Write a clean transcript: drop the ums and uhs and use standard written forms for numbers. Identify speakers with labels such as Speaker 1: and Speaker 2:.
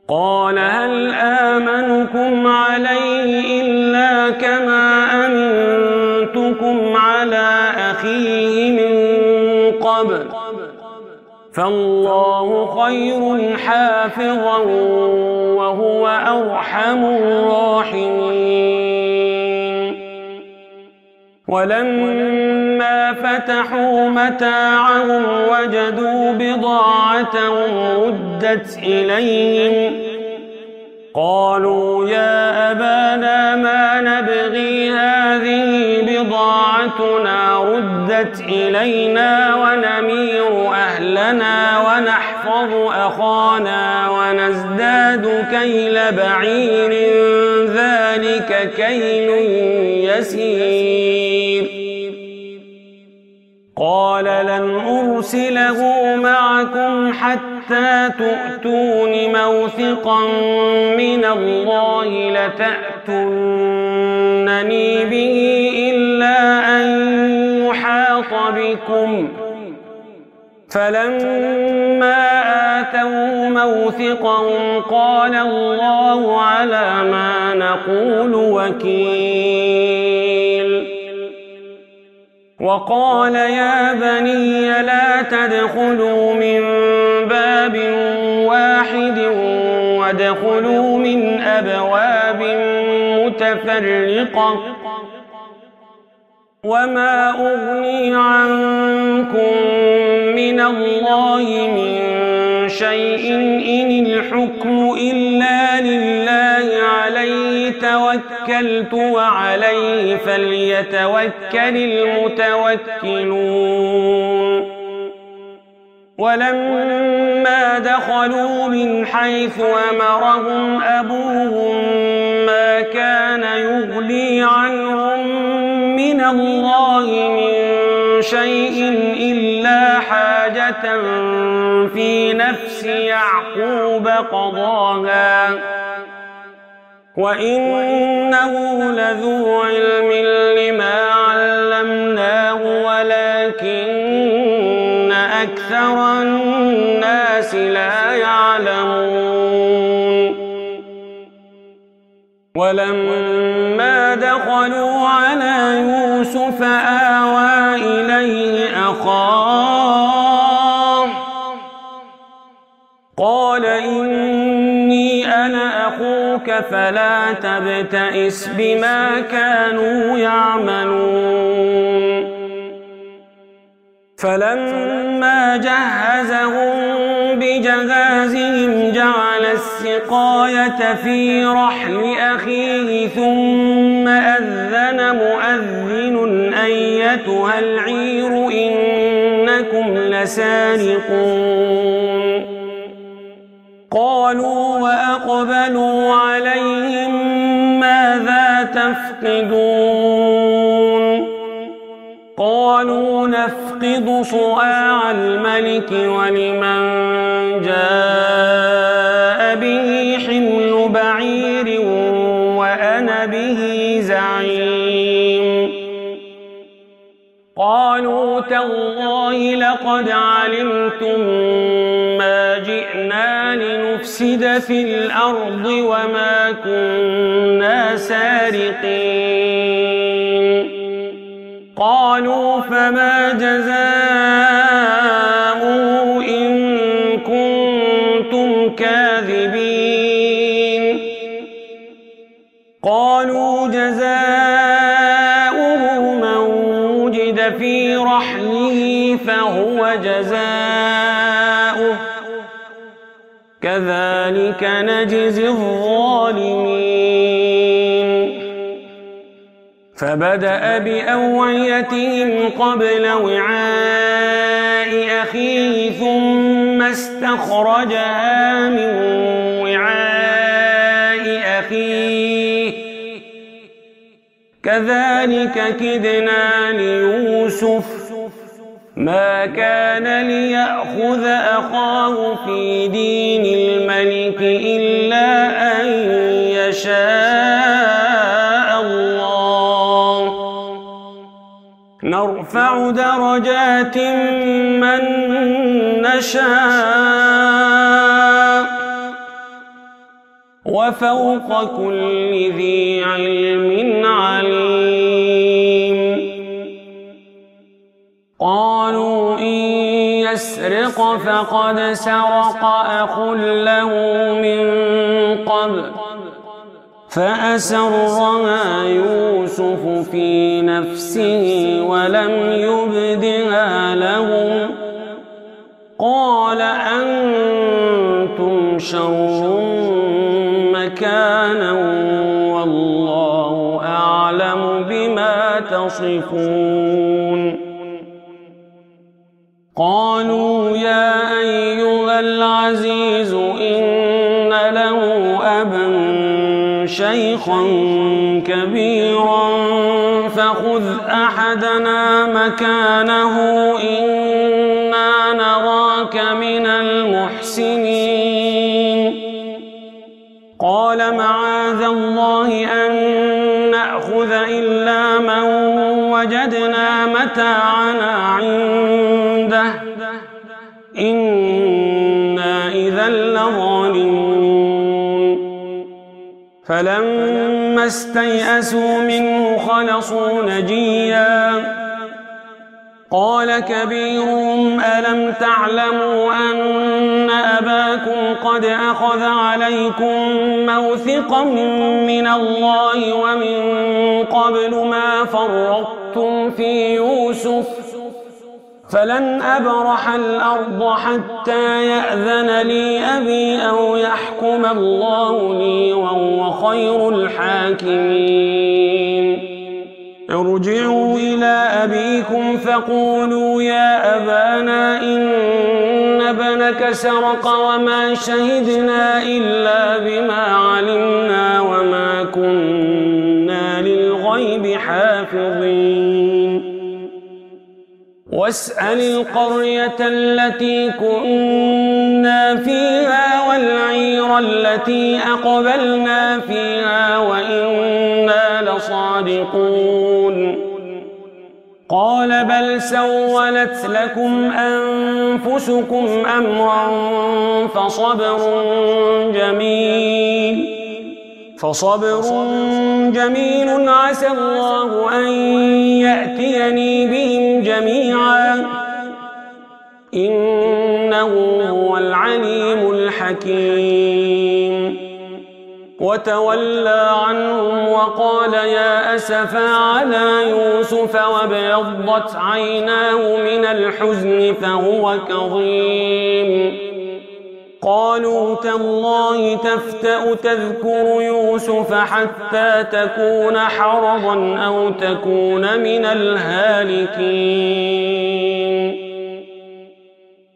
Speaker 1: قال هل آمنكم عليه إلا كما أمنتكم على أخيه من قبل فالله خير حافظا وهو أرحم الراحمين. ولما فتحوا متاعهم وجدوا بضاعتهم ردت إليهم قالوا يا أبانا ما نبغي هذه بضاعتنا ردت إلينا ونمير أهلنا ونحفظ أخانا ونزداد كيل بعير ذلك كيل يسير. قال لن أرسله معكم حتى تؤتون موثقا من الله لتأتونني به إلا أن يحاط بكم فلما آتوا موثقهم قال الله على ما نقول وكيل. وقال يا بني لا تدخلوا من باب واحد وادخلوا من أبواب متفرقة وما أغني عنكم من الله من شيء إن الحكم إلا لله عليه توكلت وعليه فليتوكل المتوكلون. ولما دخلوا من حيث أمرهم أبوهم ما كان يغني عنهم من الله من شيء إلا حاجة في نفس يعقوب قضاها وإنه لذو علم لما علمناه ولكن أكثر الناس لا يعلمون. ولما دخلوا على يوسف آوى إليه أخاه قال إني أنا أخوك فلا تبتئس بما كانوا يعملون. فلما جهزهم بجهازهم جعل السقاية في رحل أخيه ثم أذن مؤذن أيتها العير إنكم لسارقون. قالوا وأقبلوا عليهم ماذا تفقدون قالوا نفقد صواع الملك ولمن جاء به حمل بعير وأنا به زعيم. قالوا تالله لقد علمتم ما جئنا لنفسد في الأرض وما كنا سارقين. قالوا فما جزاؤه إن كنتم كاذبين. قالوا جزاؤه من وجد في رحله فهو جزاؤه كذلك نجزي الظالمين. فبدأ بأوعيتهم قبل وعاء أخيه ثم استخرجها من وعاء أخيه كذلك كدنا ليوسف ما كان ليأخذ أخاه في دين الملك إلا أن يشاء الله نرفع درجات من نشاء وفوق كل ذي علم عليم. قالوا إن يسرق فقد سرق أخ له من قبل فأسرها يوسف في نفسه ولم يبدها لهم قال أنتم شر مكانا والله أعلم بما تصفون. قالوا يا أيها العزيز إن له أبا شيخا كبيرا فخذ أحدنا مكانه إنا نراك من المحسنين. قال معاذ الله أن نأخذ إلا من وجدنا متاعنا عنده إنا إذا لظالمون. فلما استيئسوا منه خلصوا نجيا قال كبيرهم ألم تعلموا أن أباكم قد أخذ عليكم موثقا من الله ومن قبل ما فرطتم في يوسف فلن أبرح الأرض حتى يأذن لي أبي أو يحكم الله لي وهو خير الحاكمين. ارجعوا إلى أبيكم فقولوا يا أبانا إن ابنك سرق وما شهدنا إلا بما علمنا وما كنا للغيب حافظين. واسأل القرية التي كنا فيها والعير التي أقبلنا فيها وإنا لصادقون. قال بل سولت لكم أنفسكم أمرا فصبر جميل عسى الله أن يأتيني بهم جميعا إنه هو العليم الحكيم. وتولى عنهم وقال يا أسفا على يوسف وابيضت عيناه من الحزن فهو كظيم. قالوا تالله تفتأ تذكر يوسف حتى تكون حرضا أو تكون من الهالكين.